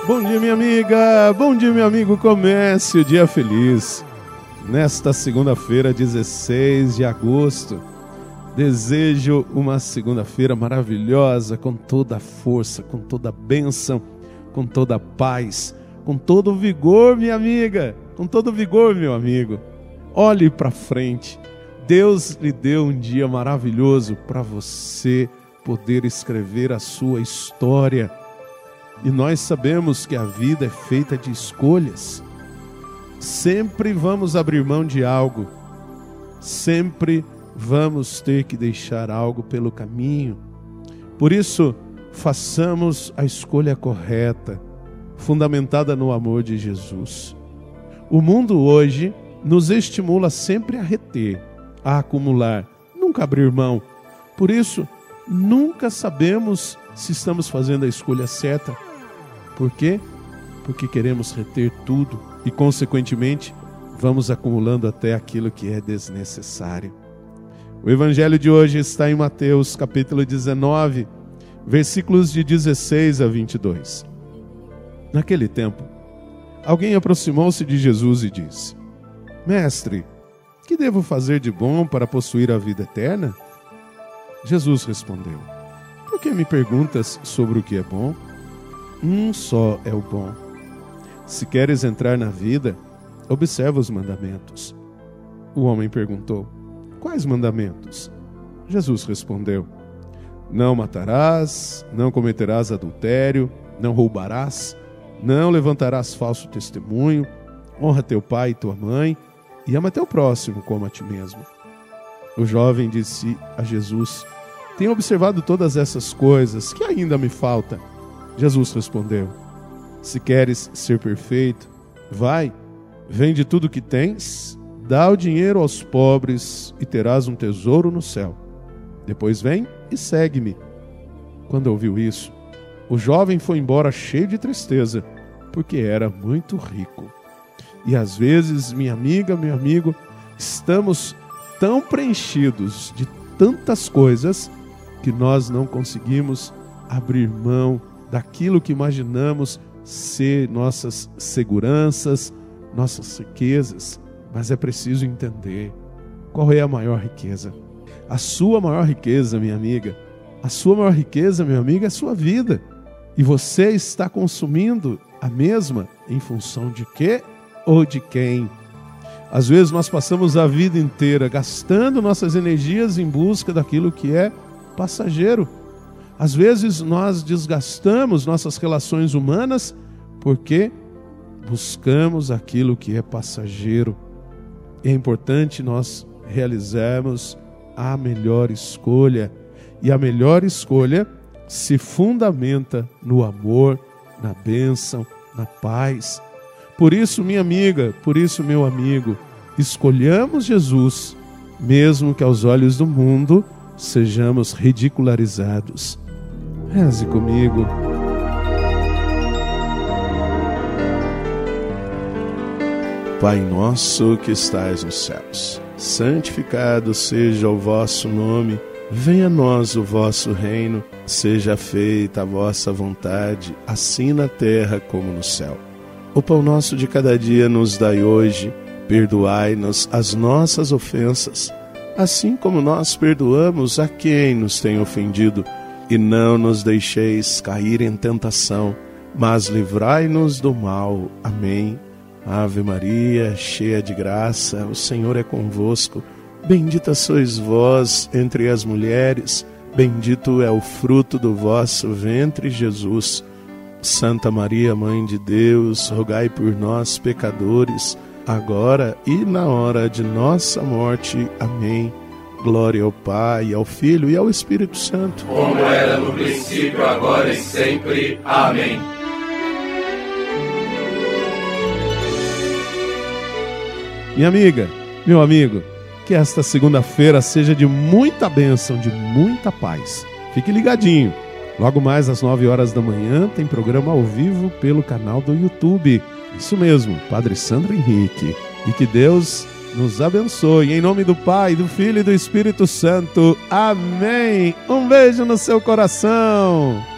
Bom dia, minha amiga, bom dia, meu amigo. Comece o dia feliz. Nesta segunda-feira, 16 de agosto, desejo uma segunda-feira maravilhosa, com toda a força, com toda a bênção, com toda a paz, com todo o vigor, minha amiga, com todo o vigor, meu amigo. Olhe para frente. Deus lhe deu um dia maravilhoso para você poder escrever a sua história. E nós sabemos que a vida é feita de escolhas. Sempre vamos abrir mão de algo. Sempre vamos ter que deixar algo pelo caminho. Por isso, façamos a escolha correta, fundamentada no amor de Jesus. O mundo hoje nos estimula sempre a reter, a acumular, nunca abrir mão. Por isso, nunca sabemos se estamos fazendo a escolha certa. Por quê? Porque queremos reter tudo e, consequentemente, vamos acumulando até aquilo que é desnecessário. O evangelho de hoje está em Mateus, capítulo 19, versículos de 16 a 22. Naquele tempo, alguém aproximou-se de Jesus e disse: Mestre, que devo fazer de bom para possuir a vida eterna? Jesus respondeu: Por que me perguntas sobre o que é bom? Um só é o bom. Se queres entrar na vida, observa os mandamentos. O homem perguntou: Quais mandamentos? Jesus respondeu: Não matarás, não cometerás adultério, não roubarás, não levantarás falso testemunho, honra teu pai e tua mãe, e ama teu próximo como a ti mesmo. O jovem disse a Jesus: Tenho observado todas essas coisas, que ainda me falta? Jesus respondeu: Se queres ser perfeito, vai, vende tudo o que tens, dá o dinheiro aos pobres e terás um tesouro no céu. Depois vem e segue-me. Quando ouviu isso, o jovem foi embora cheio de tristeza, porque era muito rico. E às vezes, minha amiga, meu amigo, estamos tão preenchidos de tantas coisas que nós não conseguimos abrir mão daquilo que imaginamos ser nossas seguranças, nossas riquezas. Mas é preciso entender qual é a maior riqueza. A sua maior riqueza, minha amiga, a sua maior riqueza, meu amigo, é a sua vida. E você está consumindo a mesma em função de quê ou de quem? Às vezes nós passamos a vida inteira gastando nossas energias em busca daquilo que é passageiro. Às vezes nós desgastamos nossas relações humanas porque buscamos aquilo que é passageiro. É importante nós realizarmos a melhor escolha. E a melhor escolha se fundamenta no amor, na bênção, na paz. Por isso, minha amiga, por isso, meu amigo, escolhamos Jesus, mesmo que aos olhos do mundo sejamos ridicularizados. Reze comigo. Pai nosso que estais nos céus, santificado seja o vosso nome. Venha a nós o vosso reino. Seja feita a vossa vontade, assim na terra como no céu. O pão nosso de cada dia nos dai hoje. Perdoai-nos as nossas ofensas, assim como nós perdoamos a quem nos tem ofendido. E não nos deixeis cair em tentação, mas livrai-nos do mal. Amém. Ave Maria, cheia de graça, o Senhor é convosco. Bendita sois vós entre as mulheres, bendito é o fruto do vosso ventre, Jesus. Santa Maria, Mãe de Deus, rogai por nós, pecadores, agora e na hora de nossa morte. Amém. Glória ao Pai, ao Filho e ao Espírito Santo. Como era no princípio, agora e sempre. Amém. Minha amiga, meu amigo, que esta segunda-feira seja de muita bênção, de muita paz. Fique ligadinho. Logo mais às 9 horas da manhã tem programa ao vivo pelo canal do YouTube. Isso mesmo, Padre Sandro Henrique. E que Deus nos abençoe. Em nome do Pai, do Filho e do Espírito Santo. Amém. Um beijo no seu coração.